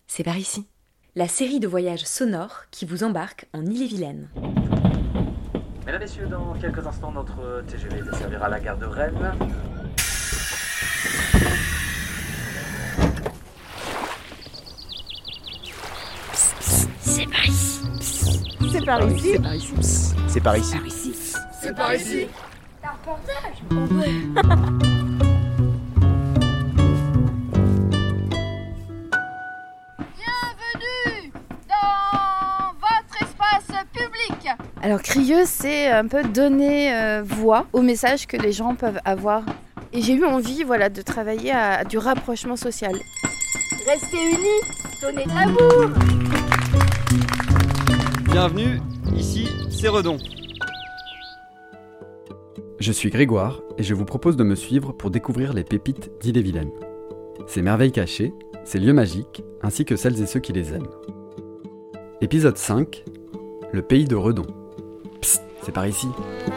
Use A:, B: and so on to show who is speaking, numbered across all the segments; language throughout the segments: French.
A: c'est par ici. La série de voyages sonores qui vous embarque en Ille-et-Vilaine.
B: Mesdames, Messieurs, dans quelques instants, notre TGV desservira la gare de Rennes.
C: C'est par ici.
D: C'est par ici.
C: C'est par ici.
E: C'est par ici.
C: C'est par ici.
D: C'est un reportage.
F: Bienvenue dans votre espace public.
G: Alors Crieux, c'est un peu donner voix aux messages que les gens peuvent avoir. Et j'ai eu envie de travailler à du rapprochement social.
D: Restez unis, donnez de l'amour.
E: Bienvenue, ici c'est Redon. Je suis Grégoire et je vous propose de me suivre pour découvrir les pépites d'Ille-et-Vilaine. Ces merveilles cachées, ces lieux magiques, ainsi que celles et ceux qui les aiment. Épisode 5, le pays de Redon. Psst, c'est par ici.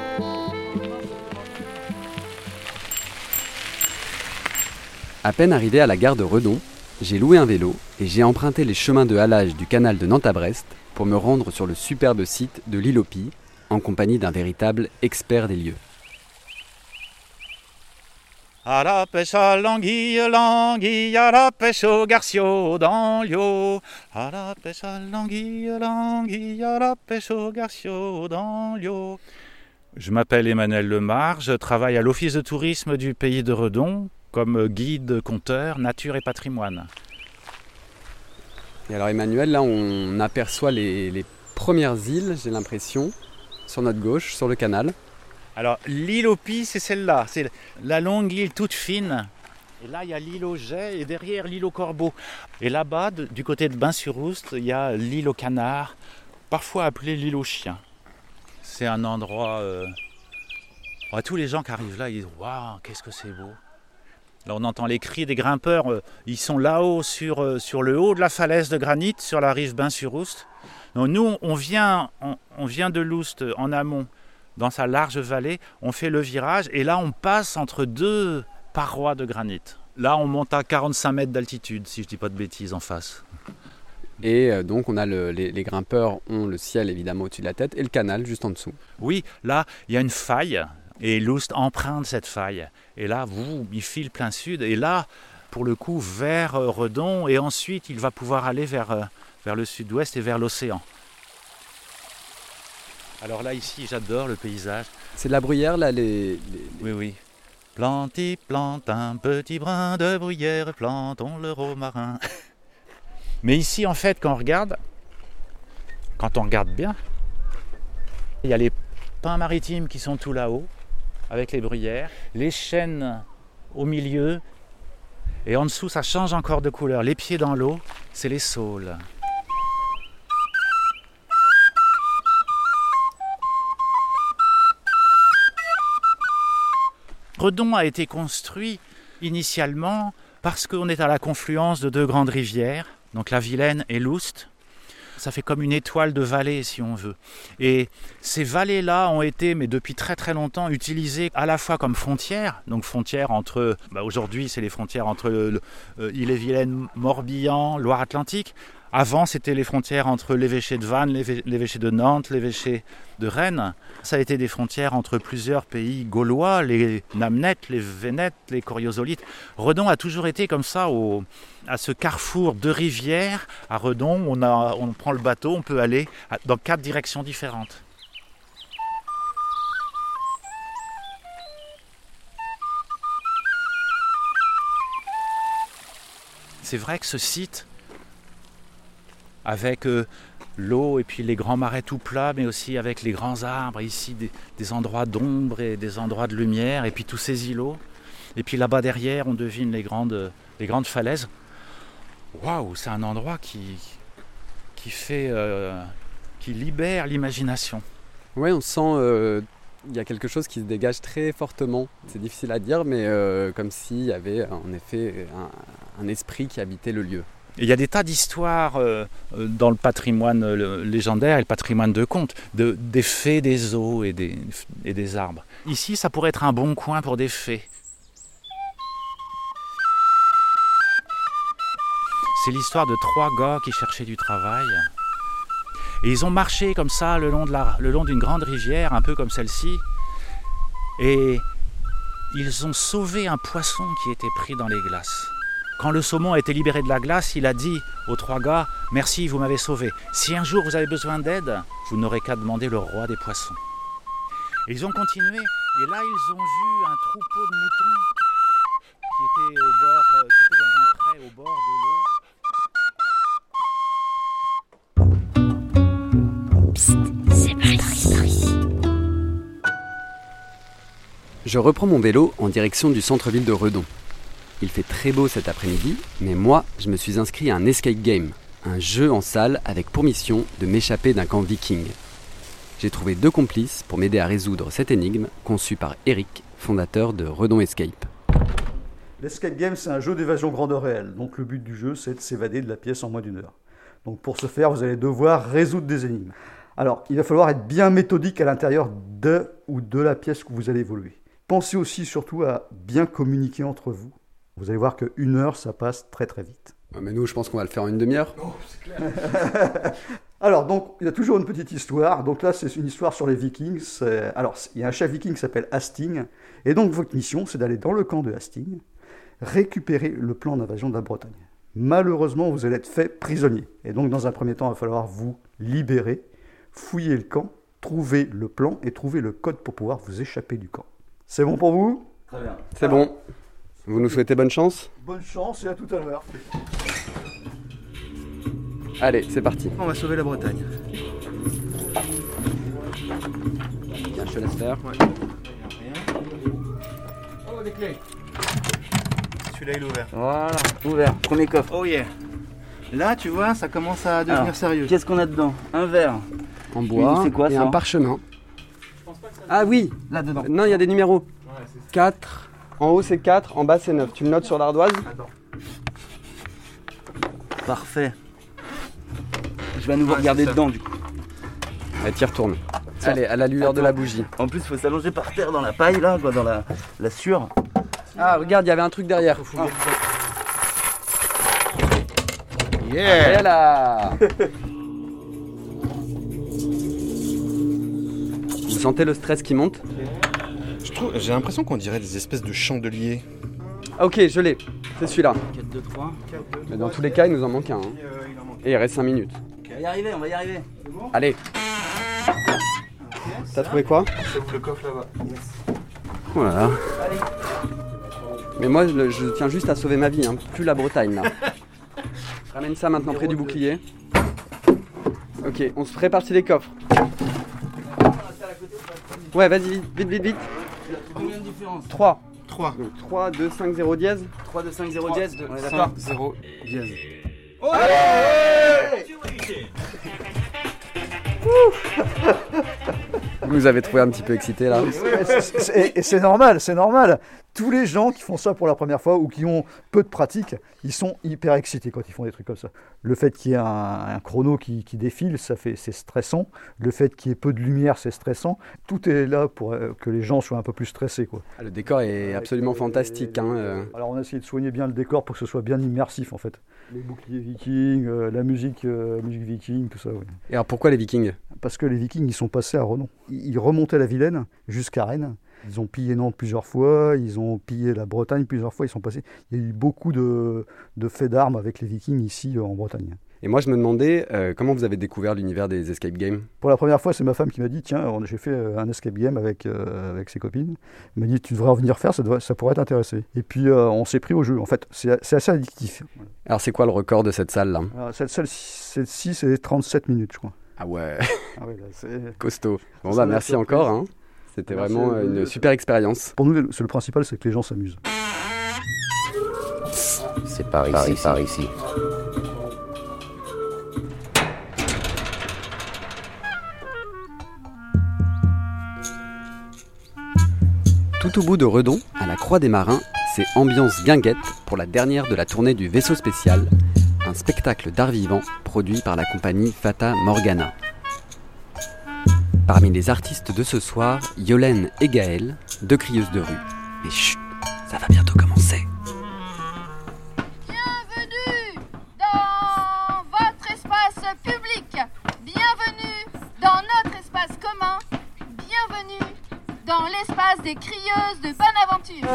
E: À peine arrivé à la gare de Redon, j'ai loué un vélo et j'ai emprunté les chemins de halage du canal de Nantes à Brest pour me rendre sur le superbe site de l'île aux Pies, en compagnie d'un véritable expert des lieux.
H: À la pêche à l'anguille, l'anguille, à la pêche au garcio dans l'eau. À la pêche à l'anguille, l'anguille, à la pêche au garcio dans l'eau. Je m'appelle Emmanuel Lemar, je travaille à l'office de tourisme du pays de Redon comme guide, conteur, nature et patrimoine.
E: Et alors Emmanuel, là on aperçoit les premières îles, j'ai l'impression, sur notre gauche, sur le canal.
H: Alors l'île aux Pies, c'est celle-là, c'est la longue île toute fine. Et là il y a l'île aux Jets et derrière l'île aux Corbeaux. Et là-bas, du côté de Bain-sur-Oust, il y a l'île aux Canards, parfois appelée l'île aux Chiens. C'est un endroit... tous les gens qui arrivent là, ils disent « Waouh, qu'est-ce que c'est beau !» Là, on entend les cris des grimpeurs, ils sont là-haut sur le haut de la falaise de granit, sur la rive Bain-sur-Oust. Donc, nous, on vient de l'Oust en amont, dans sa large vallée, on fait le virage et là, on passe entre deux parois de granit. Là, on monte à 45 mètres d'altitude, si je ne dis pas de bêtises, en face.
E: Et donc, on a les grimpeurs ont le ciel évidemment au-dessus de la tête et le canal juste en dessous.
H: Oui, là, il y a une faille. Et l'Oust emprunte cette faille. Et là, il file plein sud. Et là, pour le coup, vers Redon. Et ensuite, il va pouvoir aller vers le sud-ouest et vers l'océan. Alors là, ici, j'adore le paysage.
E: C'est de la bruyère, là,
H: Oui. Plante un petit brin de bruyère, plantons le romarin. Mais ici, en fait, quand on regarde bien, il y a les pins maritimes qui sont tout là-haut, avec les bruyères, les chênes au milieu, et en dessous ça change encore de couleur. Les pieds dans l'eau, c'est les saules. Redon a été construit initialement parce qu'on est à la confluence de deux grandes rivières, donc la Vilaine et l'Oust. Ça fait comme une étoile de vallée, si on veut. Et ces vallées-là ont été, mais depuis très très longtemps, utilisées à la fois comme frontières. Donc frontières entre, aujourd'hui c'est les frontières entre Ille-et-Vilaine, Morbihan, Loire-Atlantique. Avant, c'était les frontières entre l'évêché de Vannes, l'évêché de Nantes, l'évêché de Rennes. Ça a été des frontières entre plusieurs pays gaulois, les Namnettes, les Vénètes, les Coriozolites. Redon a toujours été comme ça, à ce carrefour de rivières. À Redon, on prend le bateau, on peut aller dans 4 directions différentes. C'est vrai que ce site, avec l'eau et puis les grands marais tout plats, mais aussi avec les grands arbres, ici des endroits d'ombre et des endroits de lumière, et puis tous ces îlots. Et puis là-bas derrière, on devine les grandes falaises. Waouh, c'est un endroit qui libère l'imagination.
E: Oui, on sent il y a quelque chose qui se dégage très fortement. C'est difficile à dire, mais comme s'il y avait en effet un esprit qui habitait le lieu.
H: Il y a des tas d'histoires dans le patrimoine légendaire et le patrimoine de contes, des fées des eaux et des arbres. Ici, ça pourrait être un bon coin pour des fées. C'est l'histoire de 3 gars qui cherchaient du travail. Et ils ont marché comme ça le long d'une grande rivière, un peu comme celle-ci. Et ils ont sauvé un poisson qui était pris dans les glaces. Quand le saumon a été libéré de la glace, il a dit aux 3 gars « Merci, vous m'avez sauvé. Si un jour vous avez besoin d'aide, vous n'aurez qu'à demander le roi des poissons. » Et ils ont continué, et là ils ont vu un troupeau de moutons qui était dans un pré au bord de l'eau.
C: Psst, c'est par ici.
E: Je reprends mon vélo en direction du centre-ville de Redon. Il fait très beau cet après-midi, mais moi, je me suis inscrit à un escape game, un jeu en salle avec pour mission de m'échapper d'un camp viking. J'ai trouvé 2 complices pour m'aider à résoudre cette énigme conçue par Eric, fondateur de Redon Escape.
I: L'escape game, c'est un jeu d'évasion grandeur réelle. Donc le but du jeu, c'est de s'évader de la pièce en moins d'1 heure. Donc pour ce faire, vous allez devoir résoudre des énigmes. Alors, il va falloir être bien méthodique à l'intérieur de la pièce que vous allez évoluer. Pensez aussi surtout à bien communiquer entre vous. Vous allez voir qu'1 heure, ça passe très très vite.
E: Mais nous, je pense qu'on va le faire en une demi-heure.
I: Oh, c'est clair. Alors, donc, il y a toujours une petite histoire. Donc là, c'est une histoire sur les Vikings. Alors, il y a un chef viking qui s'appelle Hasting. Et donc, votre mission, c'est d'aller dans le camp de Hasting, récupérer le plan d'invasion de la Bretagne. Malheureusement, vous allez être fait prisonnier. Et donc, dans un premier temps, il va falloir vous libérer, fouiller le camp, trouver le plan et trouver le code pour pouvoir vous échapper du camp. C'est bon pour vous ?
E: Très bien. C'est bon. Vous nous souhaitez bonne chance ?
I: Bonne chance et à tout à l'heure.
E: Allez, c'est parti.
J: On va sauver la Bretagne.
E: Bien, je te laisse faire.
J: Ouais. Oh, des clés. Celui-là, il est ouvert.
K: Voilà, ouvert. Premier coffre.
J: Oh yeah. Là, tu vois, ça commence à devenir sérieux.
K: Qu'est-ce qu'on a dedans ? Un verre.
E: En bois
K: c'est quoi,
E: et
K: ça
E: un parchemin. Ah oui,
K: là-dedans.
E: Non, il y a des numéros. 4. En haut, c'est 4. En bas, c'est 9. Tu le notes sur l'ardoise ?
J: Attends.
K: Parfait. Je vais à nouveau regarder dedans, du coup.
E: Allez, t'y retournes. Allez, à la lueur de la bougie.
K: En plus, il faut s'allonger par terre dans la paille, là, quoi, dans la sueur.
E: Ah, regarde, il y avait un truc derrière.
J: Yeah.
E: Et là. Vous sentez le stress qui monte ?
L: J'ai l'impression qu'on dirait des espèces de chandeliers.
E: Ah, ok, je l'ai. C'est celui-là.
K: 4, 2, 3.
E: Mais dans tous les cas, il nous en manque un. Hein. Et il reste 5 minutes.
K: On va y arriver.
E: Allez. T'as trouvé quoi ?
J: Ça ouvre le coffre là-bas. Yes.
E: Oh là là. Mais moi, je tiens juste à sauver ma vie, hein. Plus la Bretagne, là. Ramène ça maintenant près du bouclier. Ok, on se répartit les coffres. Ouais, vas-y, vite.
K: Combien de différence ?
E: 3.
J: 3.
E: Donc 3, 2, 5, 0 dièse.
K: 3, 2, 5, 0 dièse. On est
J: 5,
K: d'accord ?
J: 0 dièse.
K: Oh
E: Vous nous avez trouvé un petit peu excité là.
I: Et c'est normal. Tous les gens qui font ça pour la première fois ou qui ont peu de pratique, ils sont hyper excités quand ils font des trucs comme ça. Le fait qu'il y ait un chrono qui défile, c'est stressant. Le fait qu'il y ait peu de lumière, c'est stressant. Tout est là pour que les gens soient un peu plus stressés, quoi.
E: Le décor est absolument fantastique.
I: Alors on a essayé de soigner bien le décor pour que ce soit bien immersif en fait. Les boucliers vikings, la musique viking, tout ça. Oui.
E: Et alors pourquoi les Vikings ?
I: Parce que les Vikings, ils sont passés à Redon. Ils remontaient la Vilaine jusqu'à Rennes. Ils ont pillé Nantes plusieurs fois, ils ont pillé la Bretagne plusieurs fois, ils sont passés. Il y a eu beaucoup de faits d'armes avec les Vikings ici en Bretagne.
E: Et moi je me demandais comment vous avez découvert l'univers des escape games ?
I: Pour la première fois, c'est ma femme qui m'a dit tiens, j'ai fait un escape game avec ses copines. Elle m'a dit tu devrais en venir faire, ça pourrait t'intéresser. Et puis on s'est pris au jeu. En fait, c'est assez addictif.
E: Alors c'est quoi le record de cette salle là ?
I: Cette salle-ci, c'est 37 minutes, je crois.
E: Ah ouais,
I: là, c'est
E: costaud. Bon bah merci encore. Hein. C'était vraiment une super expérience.
I: Pour nous, le principal, c'est que les gens s'amusent.
M: C'est par ici.
E: Tout au bout de Redon, à la Croix des Marins, c'est ambiance guinguette pour la dernière de la tournée du Vaisseau Spécial, un spectacle d'art vivant produit par la compagnie Fata Morgana. Parmi les artistes de ce soir, Yolène et Gaëlle, 2 crieuses de rue. Mais chut, ça va bientôt commencer.
F: Bienvenue dans public. Bienvenue dans notre espace commun. Bienvenue dans l'espace des crieuses de Bonaventure.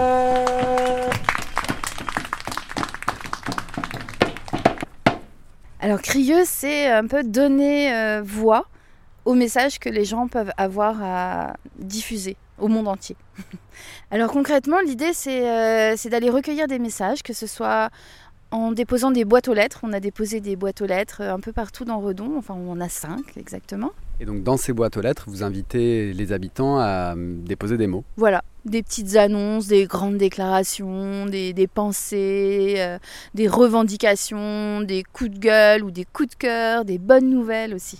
G: Alors crieuse, c'est un peu donner voix aux messages que les gens peuvent avoir à diffuser au monde entier. Alors concrètement, l'idée c'est d'aller recueillir des messages, que ce soit en déposant des boîtes aux lettres. On a déposé des boîtes aux lettres un peu partout dans Redon, enfin on en a 5 exactement.
E: Et donc dans ces boîtes aux lettres, vous invitez les habitants à déposer des mots.
G: Voilà, des petites annonces, des grandes déclarations, des pensées, des revendications, des coups de gueule ou des coups de cœur, des bonnes nouvelles aussi.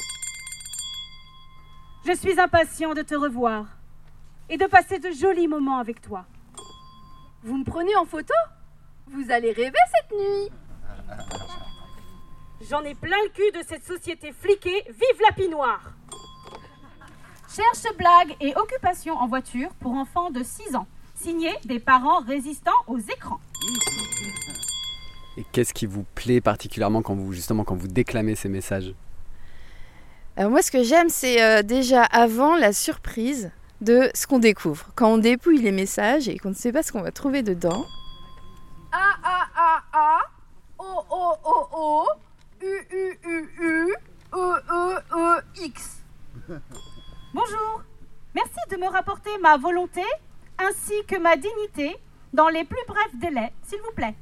N: Je suis impatient de te revoir et de passer de jolis moments avec toi.
D: Vous me prenez en photo? Vous allez rêver cette nuit.
N: J'en ai plein le cul de cette société fliquée. Vive la pinoire! Cherche blagues et occupations en voiture pour enfants de 6 ans. Signé des parents résistants aux écrans.
E: Et qu'est-ce qui vous plaît particulièrement quand vous déclamez ces messages?
G: Alors moi, ce que j'aime, c'est déjà avant la surprise de ce qu'on découvre. Quand on dépouille les messages et qu'on ne sait pas ce qu'on va trouver dedans.
D: A, A, A, A, O, O, O, O, U, U, U, U, E, E, E, X.
N: Bonjour. Merci de me rapporter ma volonté ainsi que ma dignité dans les plus brefs délais, s'il vous plaît.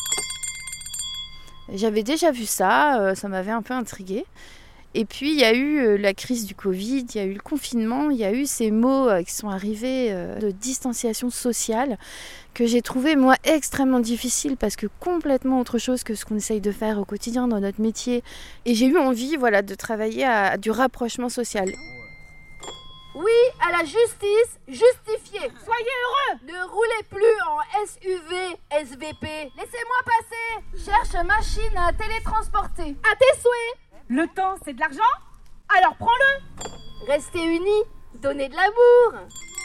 G: J'avais déjà vu ça, ça m'avait un peu intriguée. Et puis il y a eu la crise du Covid, il y a eu le confinement, il y a eu ces mots qui sont arrivés de distanciation sociale que j'ai trouvé moi extrêmement difficile parce que complètement autre chose que ce qu'on essaye de faire au quotidien dans notre métier. Et j'ai eu envie de travailler à du rapprochement social.
D: Oui à la justice justifiée.
N: Soyez heureux.
D: Ne roulez plus en SUV, SVP. Laissez-moi passer. Cherche machine à télétransporter. À tes souhaits.
N: Le temps, c'est de l'argent? Alors prends-le.
D: Restez unis, donnez de l'amour.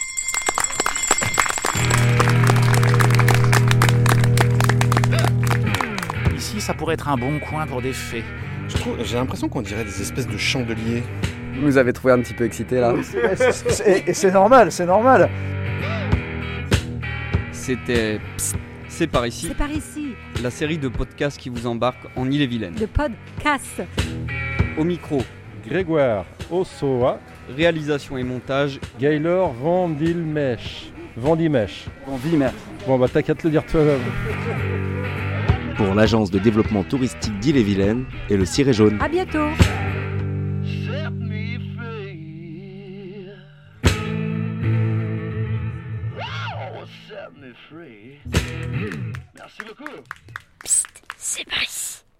H: Ici, ça pourrait être un bon coin pour des fées.
L: J'ai l'impression qu'on dirait des espèces de chandeliers.
E: Vous nous avez trouvé un petit peu excités là.
I: Et c'est normal, c'est normal.
O: C'était Psst, c'est par ici.
A: C'est par ici.
O: La série de podcasts qui vous embarque en Ille-et-Vilaine.
A: Le podcast.
O: Au micro,
P: Grégoire Ossoa.
O: Réalisation et montage,
P: Gaylor Vendimèche. Vendimèche. Bon bah t'as qu'à te le dire toi-même.
Q: Pour l'agence de développement touristique d'Ille-et-Vilaine et le Ciré Jaune.
A: À bientôt.
C: Merci beaucoup. Psst, c'est par ici.